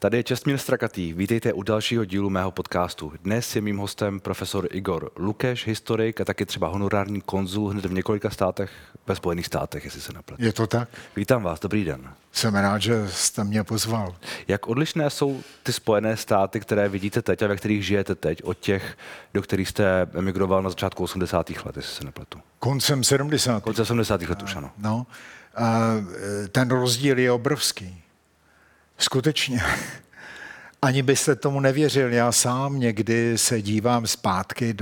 Tady je Čestmír Strakatý. Vítejte u dalšího dílu mého podcastu. Dnes je mým hostem profesor Igor Lukeš, historik a taky třeba honorární konzul hned v několika státech ve Spojených státech, jestli se nepletu. Je to tak? Vítám vás, dobrý den. Jsem rád, že jste mě pozval. Jak odlišné jsou ty Spojené státy, které vidíte teď a ve kterých žijete teď, od těch, do kterých jste emigroval na začátku 80. let, jestli se nepletu? Koncem 70. Koncem 70. let už, ano. No, a ten rozdíl je obrovský. Skutečně. Ani byste tomu nevěřil. Já sám někdy se dívám zpátky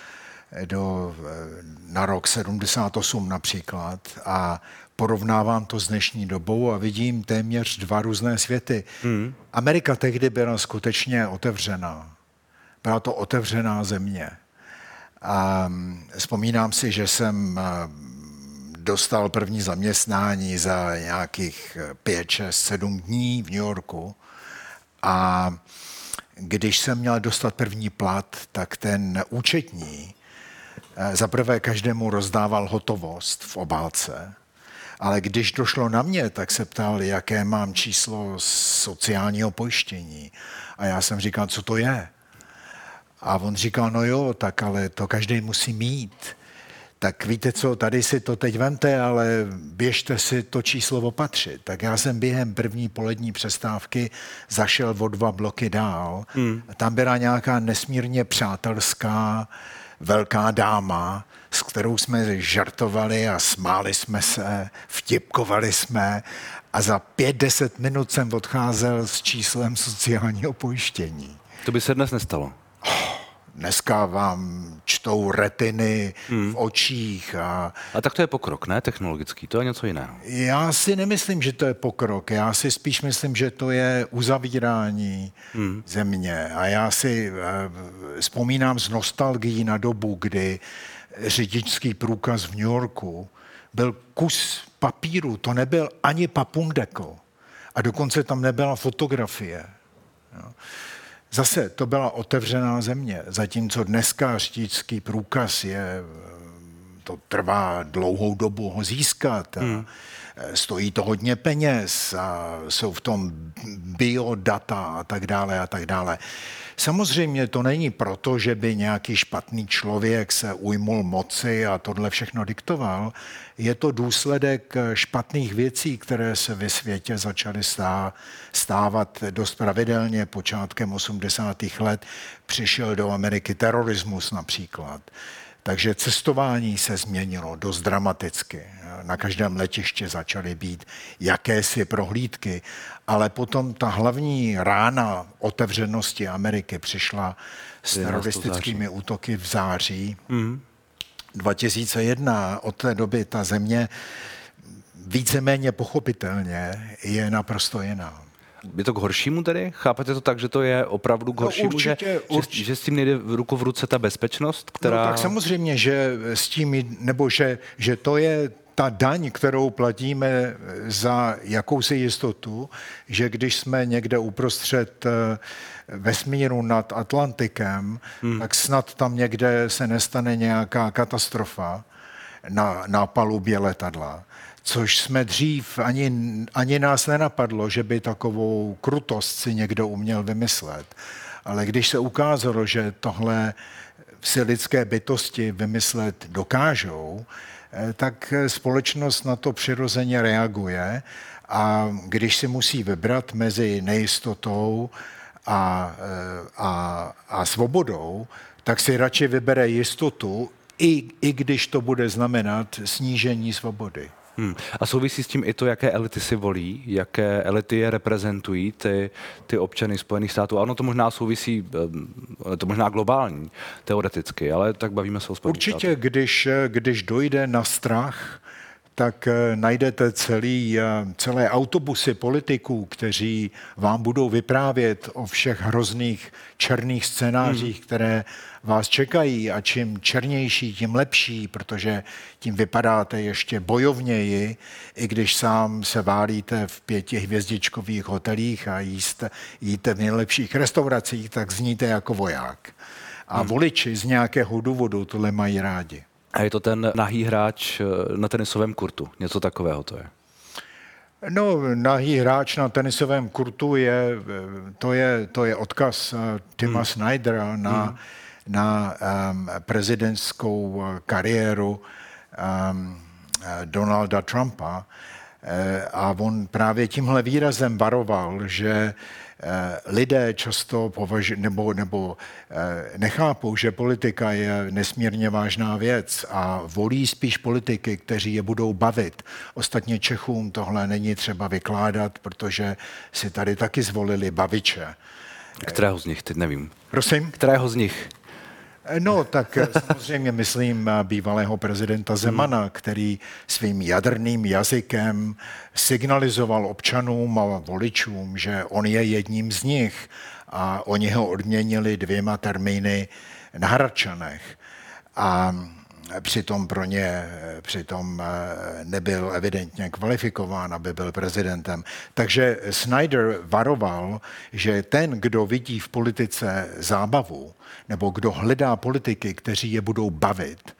na rok 78 například a porovnávám to s dnešní dobou a vidím téměř dva různé světy. Amerika tehdy byla skutečně otevřená. Byla to otevřená země. A vzpomínám si, že jsem dostal první zaměstnání za nějakých 5, 6, 7 dní v New Yorku. A když jsem měl dostat první plat, tak ten účetní zaprvé každému rozdával hotovost v obálce, ale když došlo na mě, tak se ptal, jaké mám číslo sociálního pojištění. A já jsem říkal, co to je? A on říkal, no jo, tak ale to každý musí mít. Tak víte co, tady si to teď vemte, ale běžte si to číslo opatřit. Tak já jsem během první polední přestávky zašel o 2 bloky dál. Tam byla nějaká nesmírně přátelská velká dáma, s kterou jsme žartovali a smáli jsme se, vtipkovali jsme a za 5-10 minut jsem odcházel s číslem sociálního pojištění. To by se dnes nestalo. Dneska vám čtou retiny v očích. A tak to je pokrok, ne? Technologický, to je něco jiného. Já si nemyslím, že to je pokrok. Já si spíš myslím, že to je uzavírání země. A já si vzpomínám s nostalgií na dobu, kdy řidičský průkaz v New Yorku byl kus papíru, to nebyl ani papundekl. A dokonce tam nebyla fotografie. Jo. Zase to byla otevřená země, zatímco dneska řidičský průkaz to trvá dlouhou dobu ho získat. Stojí to hodně peněz a jsou v tom biodata a tak dále a tak dále. Samozřejmě to není proto, že by nějaký špatný člověk se ujmul moci a tohle všechno diktoval. Je to důsledek špatných věcí, které se ve světě začaly stávat dost pravidelně. Počátkem 80. let přišel do Ameriky terorismus například. Takže cestování se změnilo dost dramaticky. Na každém letišti začaly být jakési prohlídky, ale potom ta hlavní rána otevřenosti Ameriky přišla s teroristickými útoky v září 2001. Od té doby ta země víceméně pochopitelně je naprosto jiná. Je to k horšímu tedy? Chápete to tak, že to je opravdu k horšímu? No určitě. Že s tím nejde ruku v ruce ta bezpečnost, která... No tak samozřejmě, že s tím, nebo že to je ta daň, kterou platíme za jakousi jistotu, že když jsme někde uprostřed vesmíru nad Atlantikem, tak snad tam někde se nestane nějaká katastrofa na palubě letadla. Což jsme dřív, ani nás nenapadlo, že by takovou krutost si někdo uměl vymyslet. Ale když se ukázalo, že tohle si lidské bytosti vymyslet dokážou, tak společnost na to přirozeně reaguje a když si musí vybrat mezi nejistotou a svobodou, tak si radši vybere jistotu, i když to bude znamenat snížení svobody. A souvisí s tím i to, jaké elity si volí, jaké elity je reprezentují ty občany Spojených států. Ano, to možná souvisí, to možná globální, teoreticky, ale tak bavíme se o Spojených státech. Určitě, když dojde na strach, tak najdete celé autobusy politiků, kteří vám budou vyprávět o všech hrozných černých scénářích, které vás čekají a čím černější, tím lepší, protože tím vypadáte ještě bojovněji, i když sám se válíte v 5hvězdičkových hotelích a jíte v nejlepších restauracích, tak zníte jako voják. A voliči z nějakého důvodu tohle mají rádi. A je to ten nahý hráč na tenisovém kurtu, něco takového to je? No, nahý hráč na tenisovém kurtu to je odkaz Tima Snydera na prezidentskou kariéru Donalda Trumpa. A on právě tímhle výrazem varoval, že lidé často nechápou, že politika je nesmírně vážná věc a volí spíš politiky, kteří je budou bavit. Ostatně Čechům tohle není třeba vykládat, protože si tady taky zvolili baviče. Kterého z nich? Teď nevím. Prosím? Kterého z nich? No, tak samozřejmě myslím bývalého prezidenta Zemana, který svým jadrným jazykem signalizoval občanům a voličům, že on je jedním z nich a oni ho odměnili 2 termíny na Hradčanech. A přitom nebyl evidentně kvalifikován, aby byl prezidentem. Takže Snyder varoval, že ten, kdo vidí v politice zábavu, nebo kdo hledá politiky, kteří je budou bavit,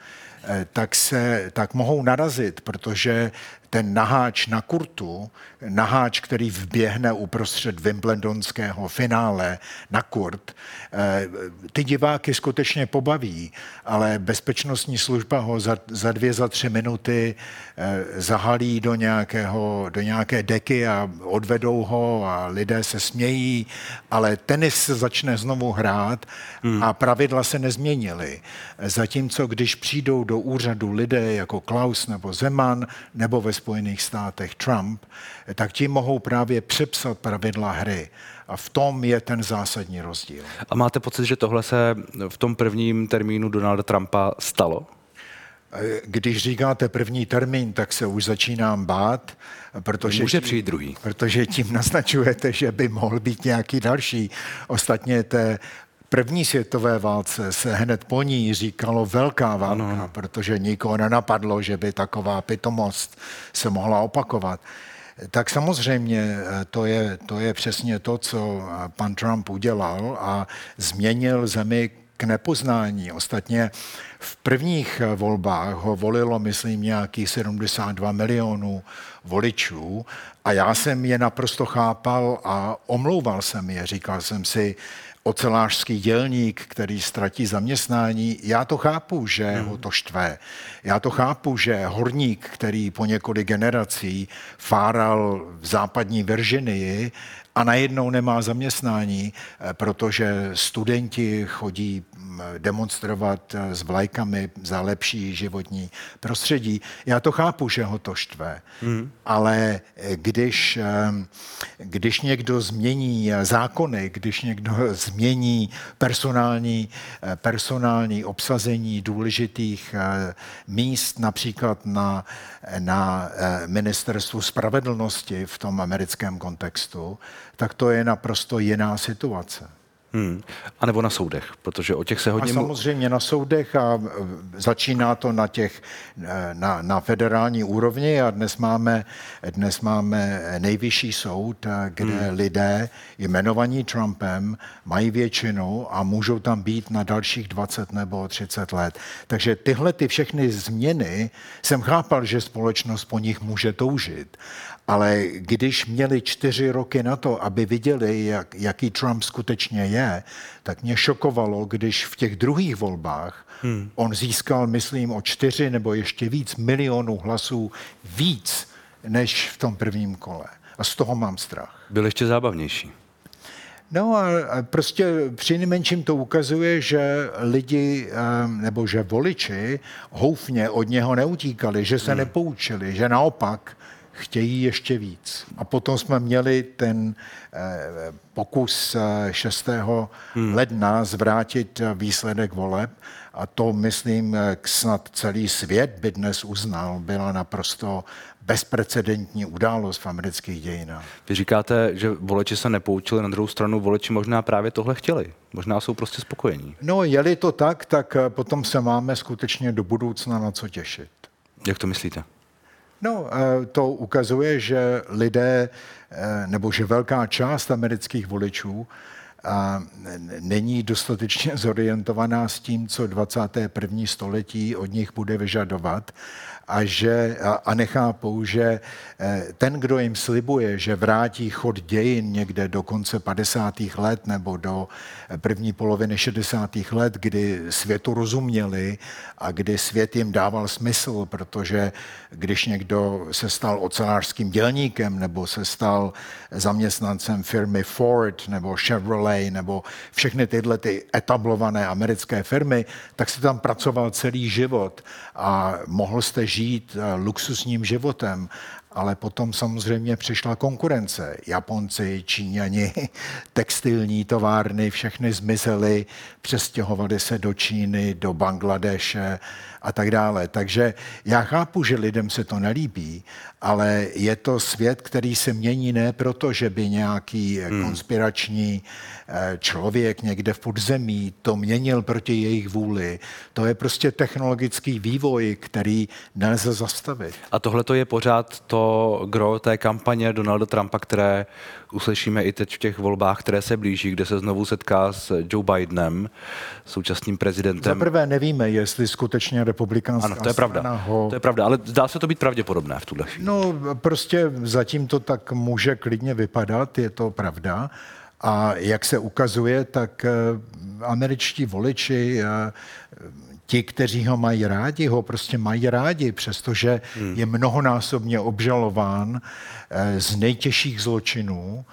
tak mohou narazit, protože ten naháč na kurtu, naháč, který vběhne uprostřed wimbledonského finále na kurt, ty diváky skutečně pobaví, ale bezpečnostní služba ho za 2, za 3 minuty zahalí do nějaké deky a odvedou ho a lidé se smějí, ale tenis se začne znovu hrát a pravidla se nezměnily. Zatímco když přijdou do úřadu lidé jako Klaus nebo Zeman nebo ve Spojených státech Trump, tak ti mohou právě přepsat pravidla hry. A v tom je ten zásadní rozdíl. A máte pocit, že tohle se v tom prvním termínu Donalda Trumpa stalo? Když říkáte první termín, tak se už začínám bát, Může přijít druhý. Protože tím naznačujete, že by mohl být nějaký další. Ostatně té první světové válce se hned po ní říkalo velká válka, protože nikoho nenapadlo, že by taková pitomost se mohla opakovat. Tak samozřejmě to je přesně to, co pan Trump udělal a změnil zemi k nepoznání. Ostatně v prvních volbách ho volilo, myslím, nějakých 72 milionů voličů a já jsem je naprosto chápal a omlouval jsem je. Říkal jsem si, ocelářský dělník, který ztratí zaměstnání, já to chápu, že ho to štve. Já to chápu, že horník, který po několik generací fáral v západní Virginii a najednou nemá zaměstnání, protože studenti chodí demonstrovat s vlajkami za lepší životní prostředí. Já to chápu, že ho to štve, ale když někdo změní zákony, když někdo změní personální obsazení důležitých míst, například na ministerstvu spravedlnosti v tom americkém kontextu, tak to je naprosto jiná situace. A nebo na soudech, protože o těch se hodně... A samozřejmě na soudech a začíná to na federální úrovni a dnes máme nejvyšší soud, kde lidé jmenovaní Trumpem mají většinu a můžou tam být na dalších 20 nebo 30 let. Takže tyhle ty všechny změny jsem chápal, že společnost po nich může toužit. Ale když měli 4 roky na to, aby viděli, jaký Trump skutečně je, tak mě šokovalo, když v těch druhých volbách on získal, myslím, o 4 nebo ještě víc milionů hlasů víc, než v tom prvním kole. A z toho mám strach. Byl ještě zábavnější. No a prostě přinejmenším to ukazuje, že lidi, nebo že voliči houfně od něho neutíkali, že se nepoučili, že naopak chtějí ještě víc. A potom jsme měli ten pokus 6. ledna zvrátit výsledek voleb a to, myslím, snad celý svět by dnes uznal, byla naprosto bezprecedentní událost v amerických dějinách. Vy říkáte, že voliči se nepoučili, na druhou stranu voliči možná právě tohle chtěli. Možná jsou prostě spokojení. No, je-li to tak potom se máme skutečně do budoucna na co těšit. Jak to myslíte? No, to ukazuje, že lidé, nebo že velká část amerických voličů není dostatečně zorientovaná s tím, co 21. století od nich bude vyžadovat a nechápou, že ten, kdo jim slibuje, že vrátí chod dějin někde do konce 50. let nebo do první poloviny 60. let, kdy světu rozuměli a kdy svět jim dával smysl, protože když někdo se stal ocelářským dělníkem nebo se stal zaměstnancem firmy Ford nebo Chevrolet nebo všechny tyhle ty etablované americké firmy, tak se tam pracoval celý život a mohl jste žít luxusním životem. Ale potom samozřejmě přišla konkurence. Japonci, Číňani, textilní továrny, všechny zmizely, přestěhovali se do Číny, do Bangladeše a tak dále. Takže já chápu, že lidem se to nelíbí, ale je to svět, který se mění ne proto, že by nějaký konspirační člověk někde v podzemí to měnil proti jejich vůli. To je prostě technologický vývoj, který nelze zastavit. A tohle to je pořád to gro té kampaně Donalda Trumpa, které uslyšíme i teď v těch volbách, které se blíží, kde se znovu setká s Joe Bidenem, současným prezidentem. Za prvé nevíme, jestli skutečně republikánská ano, to je pravda. To je pravda, ale zdá se to být pravděpodobné v tuhle chvíli. No, prostě zatím to tak může klidně vypadat, je to pravda. A jak se ukazuje, tak američtí voliči, ti, kteří ho mají rádi, ho prostě mají rádi, přestože je mnohonásobně obžalován z nejtěžších zločinů,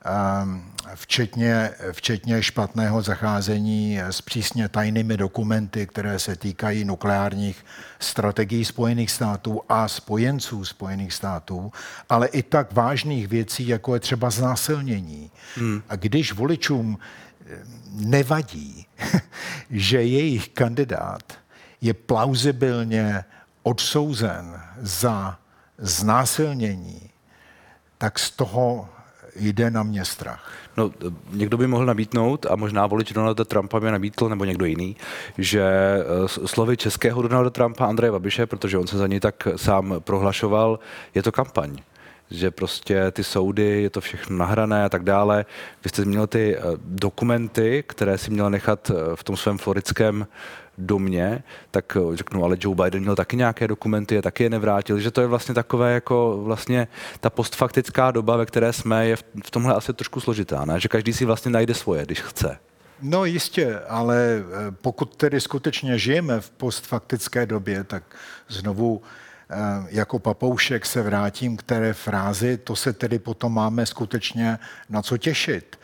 včetně špatného zacházení s přísně tajnými dokumenty, které se týkají nukleárních strategií Spojených států a spojenců Spojených států, ale i tak vážných věcí, jako je třeba znásilnění. A když voličům nevadí, že jejich kandidát je plauzibilně odsouzen za znásilnění, tak z toho jde na mě strach. No, někdo by mohl nabídnout, a možná volič Donalda Trumpa by nabídl, nebo někdo jiný, že slovy českého Donalda Trumpa, Andreje Babiše, protože on se za něj tak sám prohlašoval, je to kampaň. Že prostě ty soudy, je to všechno nahrané a tak dále. Vy jste zmínil ty dokumenty, které si měl nechat v tom svém floridském domě, tak řeknu, ale Joe Biden měl taky nějaké dokumenty a taky je nevrátil, že to je vlastně takové jako vlastně ta postfaktická doba, ve které jsme, je v tomhle asi trošku složitá, ne? Že každý si vlastně najde svoje, když chce. No jistě, ale pokud tedy skutečně žijeme v postfaktické době, tak znovu jako papoušek se vrátím k té frázi, to se tedy potom máme skutečně na co těšit.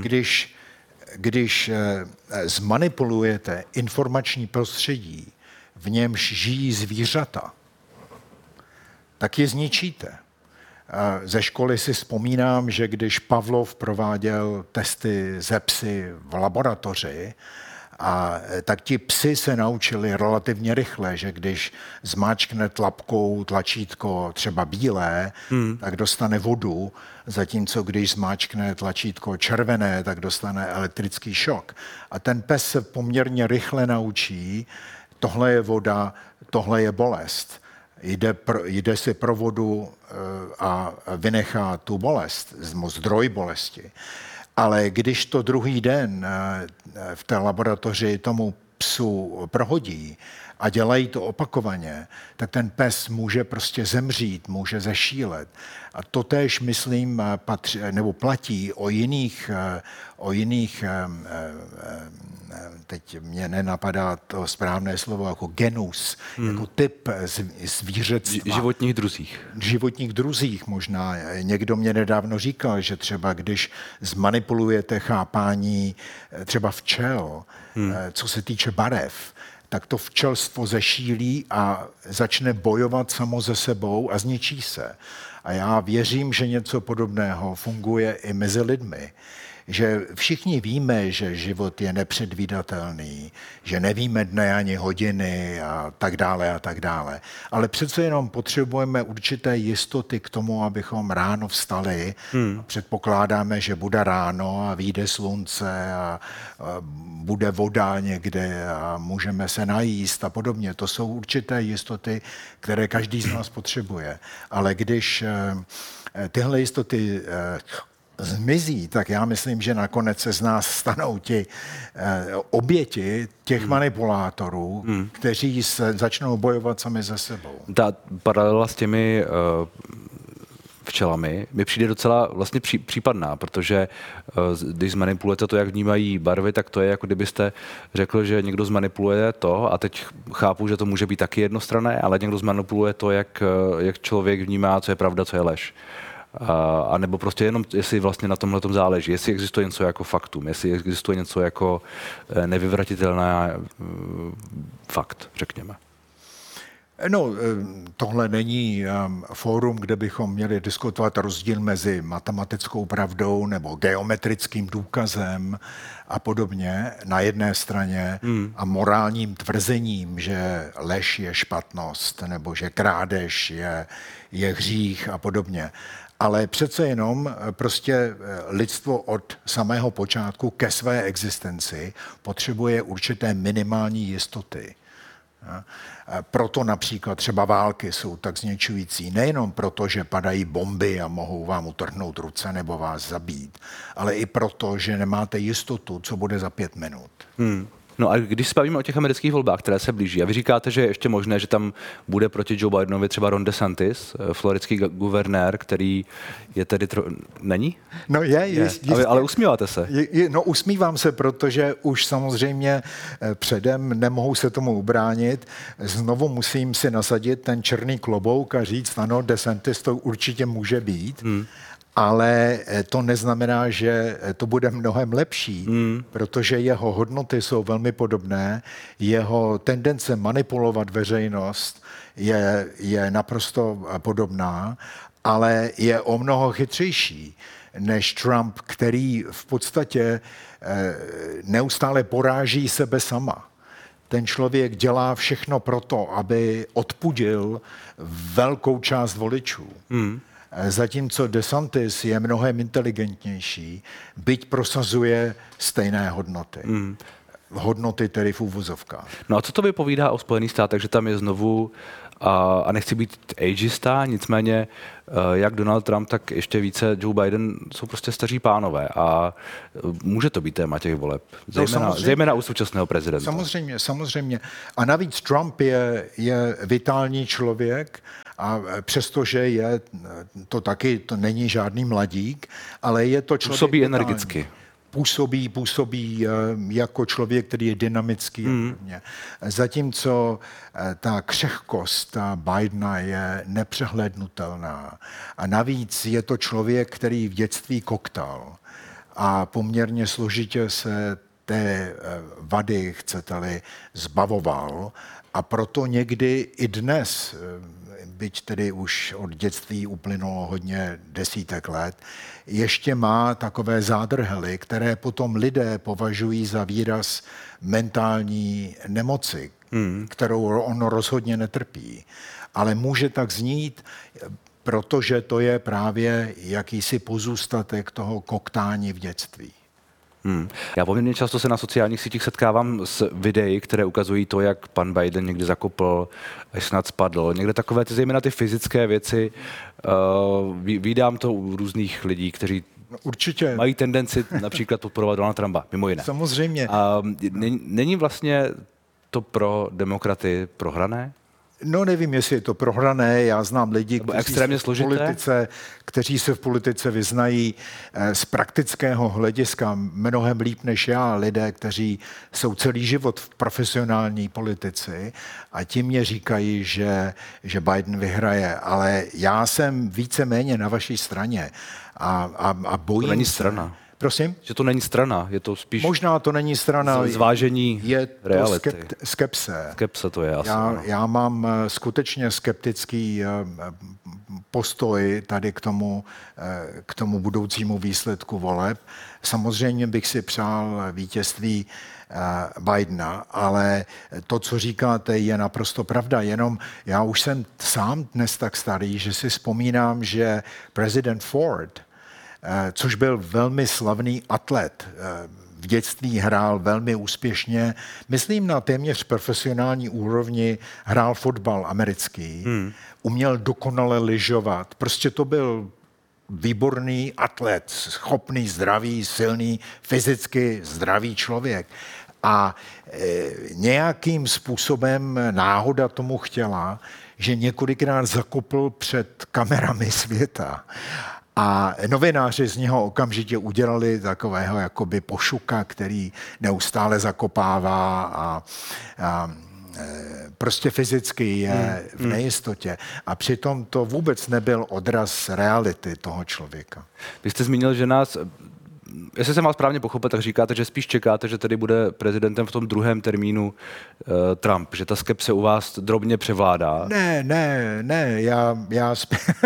Když zmanipulujete informační prostředí, v němž žijí zvířata, tak je zničíte. Ze školy si vzpomínám, že když Pavlov prováděl testy ze psy v laboratoři, tak ti psi se naučili relativně rychle, že když zmáčkne tlapkou tlačítko třeba bílé, tak dostane vodu, zatímco když zmáčkne tlačítko červené, tak dostane elektrický šok. A ten pes se poměrně rychle naučí, tohle je voda, tohle je bolest. Jde si pro vodu a vynechá tu bolest, zdroj bolesti. Ale když to druhý den v té laboratoři tomu psu prohodí a dělají to opakovaně, tak ten pes může prostě zemřít, může zešílet. A to též, myslím, platí o jiných, teď mě nenapadá to správné slovo, jako genus, jako typ zvířectva. Životních druzích možná. Někdo mě nedávno říkal, že třeba když zmanipulujete chápání třeba včel, co se týče barev, tak to včelstvo zešílí a začne bojovat samo se sebou a zničí se. A já věřím, že něco podobného funguje i mezi lidmi. Že všichni víme, že život je nepředvídatelný, že nevíme dne ani hodiny a tak dále a tak dále. Ale přece jenom potřebujeme určité jistoty k tomu, abychom ráno vstali. Předpokládáme, že bude ráno a vyjde slunce a bude voda někde a můžeme se najíst a podobně. To jsou určité jistoty, které každý z nás potřebuje. Ale když tyhle jistoty zmizí, tak já myslím, že nakonec se z nás stanou ti oběti těch manipulátorů, kteří se začnou bojovat sami za sebou. Ta paralela s těmi včelami mi přijde docela vlastně případná, protože když zmanipulujete to, jak vnímají barvy, tak to je, jako kdybyste řekl, že někdo zmanipuluje to, a teď chápu, že to může být taky jednostranné, ale někdo zmanipuluje to, jak člověk vnímá, co je pravda, co je lež. A nebo prostě jenom, jestli vlastně na tomhletom záleží, jestli existuje něco jako faktum, jestli existuje něco jako nevyvratitelný fakt, řekněme. No, tohle není fórum, kde bychom měli diskutovat rozdíl mezi matematickou pravdou nebo geometrickým důkazem a podobně na jedné straně a morálním tvrzením, že lež je špatnost nebo že krádež je hřích a podobně. Ale přece jenom prostě lidstvo od samého počátku ke své existenci potřebuje určité minimální jistoty. Proto například třeba války jsou tak zničující. Nejenom proto, že padají bomby a mohou vám utrhnout ruce nebo vás zabít, ale i proto, že nemáte jistotu, co bude za 5 minut. No a když se bavíme o těch amerických volbách, které se blíží, a vy říkáte, že je ještě možné, že tam bude proti Joe Bidenovi třeba Ron DeSantis, floridský guvernér, který je tedy... Není? No je. Ale usmíváte se. No usmívám se, protože už samozřejmě předem nemohu se tomu ubránit. Znovu musím si nasadit ten černý klobouk a říct, ano, DeSantis to určitě může být. Ale to neznamená, že to bude mnohem lepší, protože jeho hodnoty jsou velmi podobné, jeho tendence manipulovat veřejnost je naprosto podobná, ale je o mnoho chytřejší než Trump, který v podstatě neustále poráží sebe sama. Ten člověk dělá všechno proto, aby odpudil velkou část voličů. Zatímco DeSantis je mnohem inteligentnější, byť prosazuje stejné hodnoty. Hodnoty tedy v úvozovkách. No a co to vypovídá o Spojených státech, že tam je znovu, a nechci být ageista, nicméně jak Donald Trump, tak ještě více Joe Biden jsou prostě staří pánové a může to být téma těch voleb, zejména u současného prezidenta. Samozřejmě. A navíc Trump je vitální člověk, a přestože je to taky, to není žádný mladík, ale je to člověk... Působí energicky. Působí jako člověk, který je dynamický. Zatímco ta křehkost Bidena je nepřehlédnutelná. A navíc je to člověk, který v dětství koktal a poměrně složitě se té vady, chcete-li, zbavoval. A proto někdy i dnes, byť tedy už od dětství uplynulo hodně desítek let, ještě má takové zádrhely, které potom lidé považují za výraz mentální nemoci, kterou on rozhodně netrpí. Ale může tak znít, protože to je právě jakýsi pozůstatek toho koktání v dětství. Já poměrně často se na sociálních sítích setkávám s videí, které ukazují to, jak pan Biden někdy zakopl, až snad spadl. Někde takové zejména ty fyzické věci. Vídám to u různých lidí, kteří určitě mají tendenci například podporovat Donalda Trumpa, mimo jiné. Samozřejmě. Není vlastně to pro demokraty prohrané? No nevím, jestli je to prohrané. Já znám lidi, kteří se v politice vyznají z praktického hlediska mnohem líp než já. Lidé, kteří jsou celý život v profesionální politici a ti mě říkají, že Biden vyhraje. Ale já jsem víceméně na vaší straně a bojím se. To není strana. Prosím? Že to není strana, je to spíš... Možná to není strana. Zvážení je to reality. Skepse. Skepse to je asi. Já mám skutečně skeptický postoj tady k tomu budoucímu výsledku voleb. Samozřejmě bych si přál vítězství Bidena, ale to, co říkáte, je naprosto pravda. Jenom já už jsem sám dnes tak starý, že si vzpomínám, že prezident Ford, což byl velmi slavný atlet, v dětství hrál velmi úspěšně, myslím na téměř profesionální úrovni, hrál fotbal americký, uměl dokonale lyžovat. Prostě to byl výborný atlet, schopný, zdravý, silný, fyzicky zdravý člověk. A nějakým způsobem náhoda tomu chtěla, že několikrát zakopl před kamerami světa. A novináři z něho okamžitě udělali takového jakoby pošuka, který neustále zakopává a prostě fyzicky je v nejistotě. A přitom to vůbec nebyl odraz reality toho člověka. Vy jste zmínil, že nás, jestli jsem vás správně pochopil, tak říkáte, že spíš čekáte, že tady bude prezidentem v tom druhém termínu Trump, že ta skepse u vás drobně převládá. Ne, já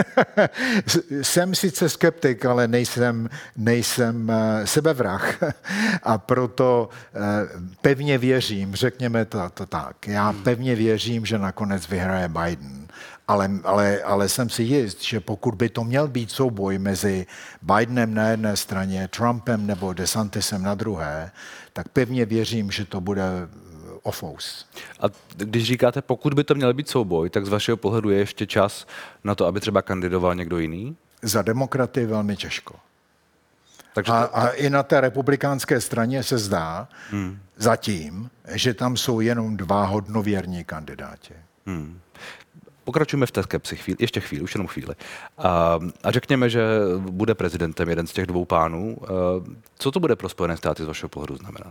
jsem sice skeptik, ale nejsem sebevrah a proto pevně věřím, řekněme to tak, já pevně věřím, že nakonec vyhraje Biden. Ale jsem si jist, že pokud by to měl být souboj mezi Bidenem na jedné straně, Trumpem nebo DeSantisem na druhé, tak pevně věřím, že to bude ofous. A když říkáte, pokud by to měl být souboj, tak z vašeho pohledu je ještě čas na to, aby třeba kandidoval někdo jiný? Za demokraty velmi těžko. Takže a i na té republikánské straně se zdá zatím, že tam jsou jenom dva hodnověrní kandidáti. Pokračujeme v té skepsi ještě chvíli, už jenom chvíli. A řekněme, že bude prezidentem jeden z těch dvou pánů. Co to bude pro Spojené státy z vašeho pohledu znamenat?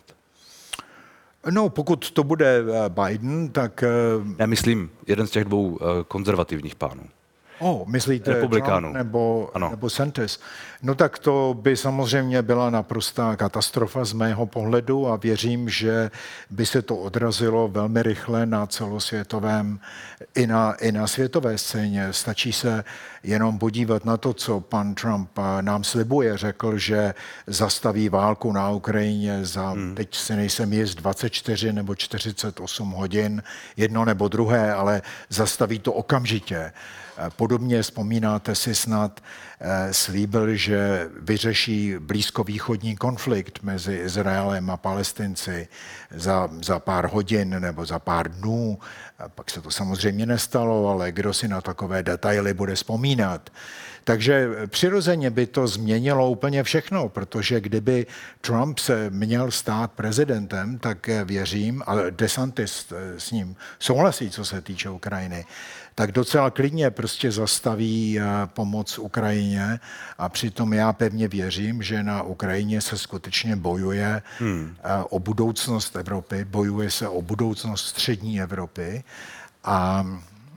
No, pokud to bude Biden, tak... Já myslím jeden z těch dvou konzervativních pánů. Myslíte Republikánů. Trump nebo Santis? No tak to by samozřejmě byla naprostá katastrofa z mého pohledu a věřím, že by se to odrazilo velmi rychle na celosvětovém i na světové scéně. Stačí se jenom podívat na to, co pan Trump nám slibuje. Řekl, že zastaví válku na Ukrajině za, teď si nejsem jist, 24 nebo 48 hodin, jedno nebo druhé, ale zastaví to okamžitě. Podobně vzpomínáte si snad, slíbil, že vyřeší blízkovýchodní konflikt mezi Izraelem a Palestinci za pár hodin nebo za pár dnů. Pak se to samozřejmě nestalo, ale kdo si na takové detaily bude vzpomínat. Takže přirozeně by to změnilo úplně všechno, protože kdyby Trump se měl stát prezidentem, tak věřím, a DeSantis s ním souhlasí, co se týče Ukrajiny, tak docela klidně prostě zastaví pomoc Ukrajině a přitom já pevně věřím, že na Ukrajině se skutečně bojuje o budoucnost Evropy, bojuje se o budoucnost střední Evropy a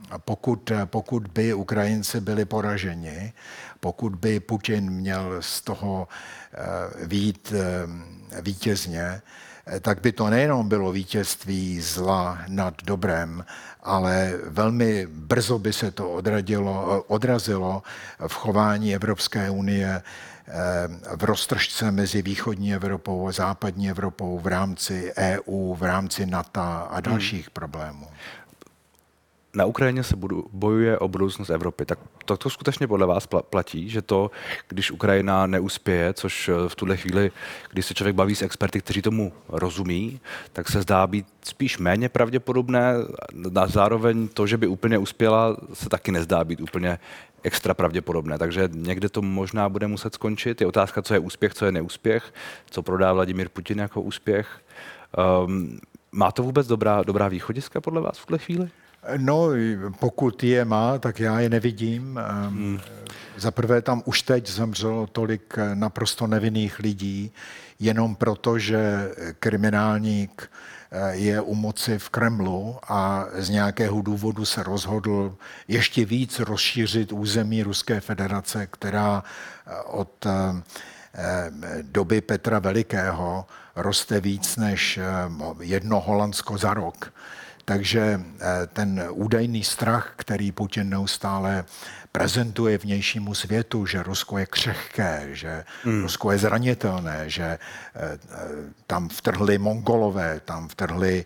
pokud by Ukrajinci byli poraženi, pokud by Putin měl z toho vyjít vítězně, tak by to nejenom bylo vítězství zla nad dobrem, ale velmi brzo by se to odrazilo v chování Evropské unie v roztržce mezi východní Evropou a západní Evropou v rámci EU, v rámci NATO a dalších problémů. Na Ukrajině se bojuje o budoucnost Evropy. Tak to skutečně podle vás platí, že to, když Ukrajina neuspěje, což v tuhle chvíli, když se člověk baví s experty, kteří tomu rozumí, tak se zdá být spíš méně pravděpodobné. Zároveň to, že by úplně uspěla, se taky nezdá být úplně extra pravděpodobné. Takže někde to možná bude muset skončit. Je otázka, co je úspěch, co je neúspěch, co prodá Vladimír Putin jako úspěch. Má to vůbec dobrá východiska podle vás v tuhle chvíli? No, pokud je má, tak já je nevidím. Za prvé tam už teď zemřelo tolik naprosto nevinných lidí, jenom proto, že kriminálník je u moci v Kremlu a z nějakého důvodu se rozhodl ještě víc rozšířit území Ruské federace, která od doby Petra Velikého roste víc než jedno Holandsko za rok. Takže ten údajný strach, který Putin neustále prezentuje vnějšímu světu, že Rusko je křehké, že Rusko je zranitelné, že tam vtrhli Mongolové, tam vtrhli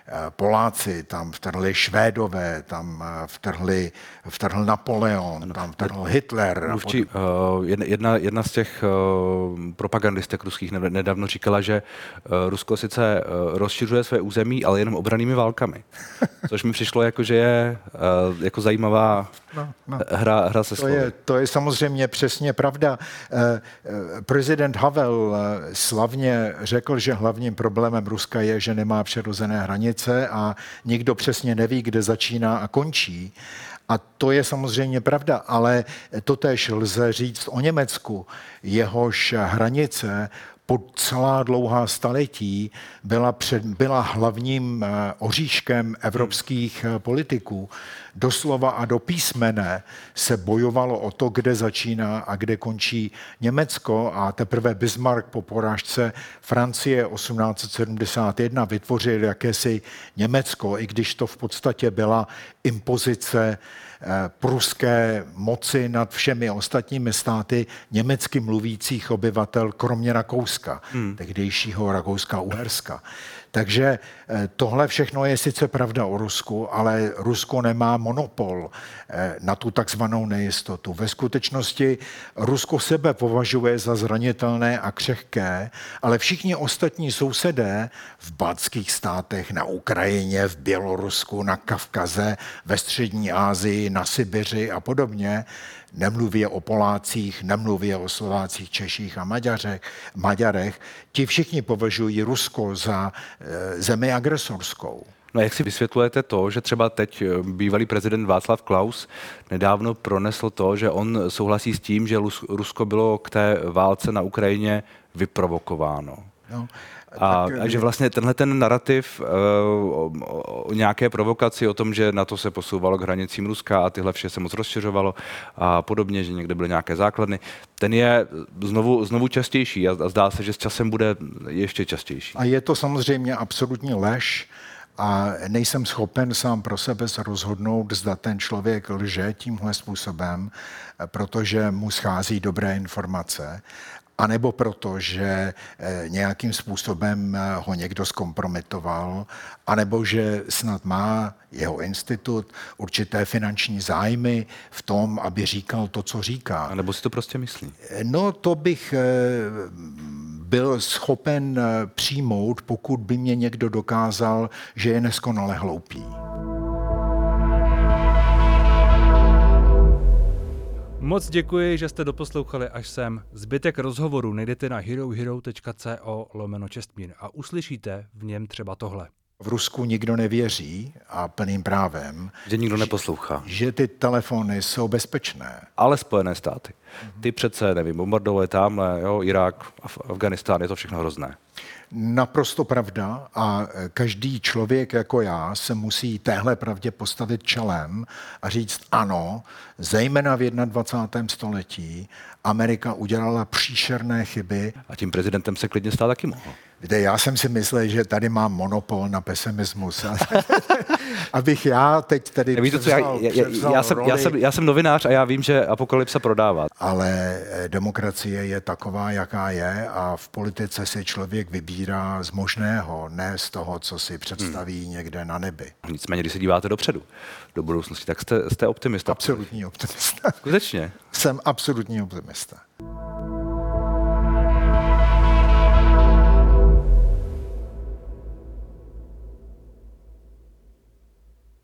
Poláci, tam vtrhli Švédové, tam vtrhl Napoleon, tam vtrhl Hitler. Mluvčí, jedna z těch propagandistek ruských nedávno říkala, že Rusko sice rozšiřuje své území, ale jenom obrannými válkami. Což mi přišlo jako, že je jako zajímavá hra se slovy. To je samozřejmě přesně pravda. Prezident Havel slavně řekl, že hlavním problémem Ruska je, že nemá přirozené hranice a nikdo přesně neví, kde začíná a končí. A to je samozřejmě pravda, ale totéž lze říct o Německu. Jehož hranice po celá dlouhá staletí byla hlavním oříškem evropských politiků. Doslova a do písmene se bojovalo o to, kde začíná a kde končí Německo, a teprve Bismarck po porážce Francie 1871 vytvořil jakési Německo, i když to v podstatě byla impozice pruské moci nad všemi ostatními státy německy mluvících obyvatel, kromě Rakouska, tehdejšího Rakouska-Uherska. Takže tohle všechno je sice pravda o Rusku, ale Rusko nemá monopol na tu takzvanou nejistotu. Ve skutečnosti Rusko sebe považuje za zranitelné a křehké, ale všichni ostatní sousedé v baltských státech, na Ukrajině, v Bělorusku, na Kavkaze, ve střední Asii, na Sibiři a podobně, nemluví o Polácích, nemluví o Slovácích, Češích a Maďarech, ti všichni považují Rusko za zemi agresorskou. No a jak si vysvětlujete to, že třeba teď bývalý prezident Václav Klaus nedávno pronesl to, že on souhlasí s tím, že Rusko bylo k té válce na Ukrajině vyprovokováno? No. A že vlastně tenhle ten narrativ o nějaké provokaci, o tom, že na to se posouvalo k hranicím Ruska a tyhle vše se moc rozšiřovalo a podobně, že někde byly nějaké základny, ten je znovu častější a zdá se, že s časem bude ještě častější. A je to samozřejmě absolutní lež a nejsem schopen sám pro sebe se rozhodnout, zda ten člověk lže tímhle způsobem, protože mu schází dobré informace, anebo proto, že nějakým způsobem ho někdo zkompromitoval, anebo že snad má jeho institut určité finanční zájmy v tom, aby říkal to, co říká. A nebo si to prostě myslí? No, to bych byl schopen přijmout, pokud by mě někdo dokázal, že je neskonale hloupý. Moc děkuji, že jste doposlouchali až sem. Zbytek rozhovoru najdete na herohero.co/Čestmír a uslyšíte v něm třeba tohle. V Rusku nikdo nevěří a plným právem. Že nikdo neposlouchá. Že ty telefony jsou bezpečné. Ale Spojené státy. Ty přece, nevím, bombardovali tamhle, jo, Irák, Afganistán, je to všechno hrozné. Naprosto pravda a každý člověk jako já se musí téhle pravdě postavit čelem a říct ano, zejména v 21. století Amerika udělala příšerné chyby. A tím prezidentem se klidně stát taky mohl. Víte, já jsem si myslel, že tady mám monopol na pesimismus. Abych já teď tady převzal já jsem novinář a já vím, že apokalypsa prodává. Ale demokracie je taková, jaká je a v politice si člověk vybírá z možného, ne z toho, co si představí někde na nebi. Nicméně, když se díváte dopředu, do budoucnosti, tak jste optimista. Absolutní optimista. Skutečně? Jsem absolutní optimista.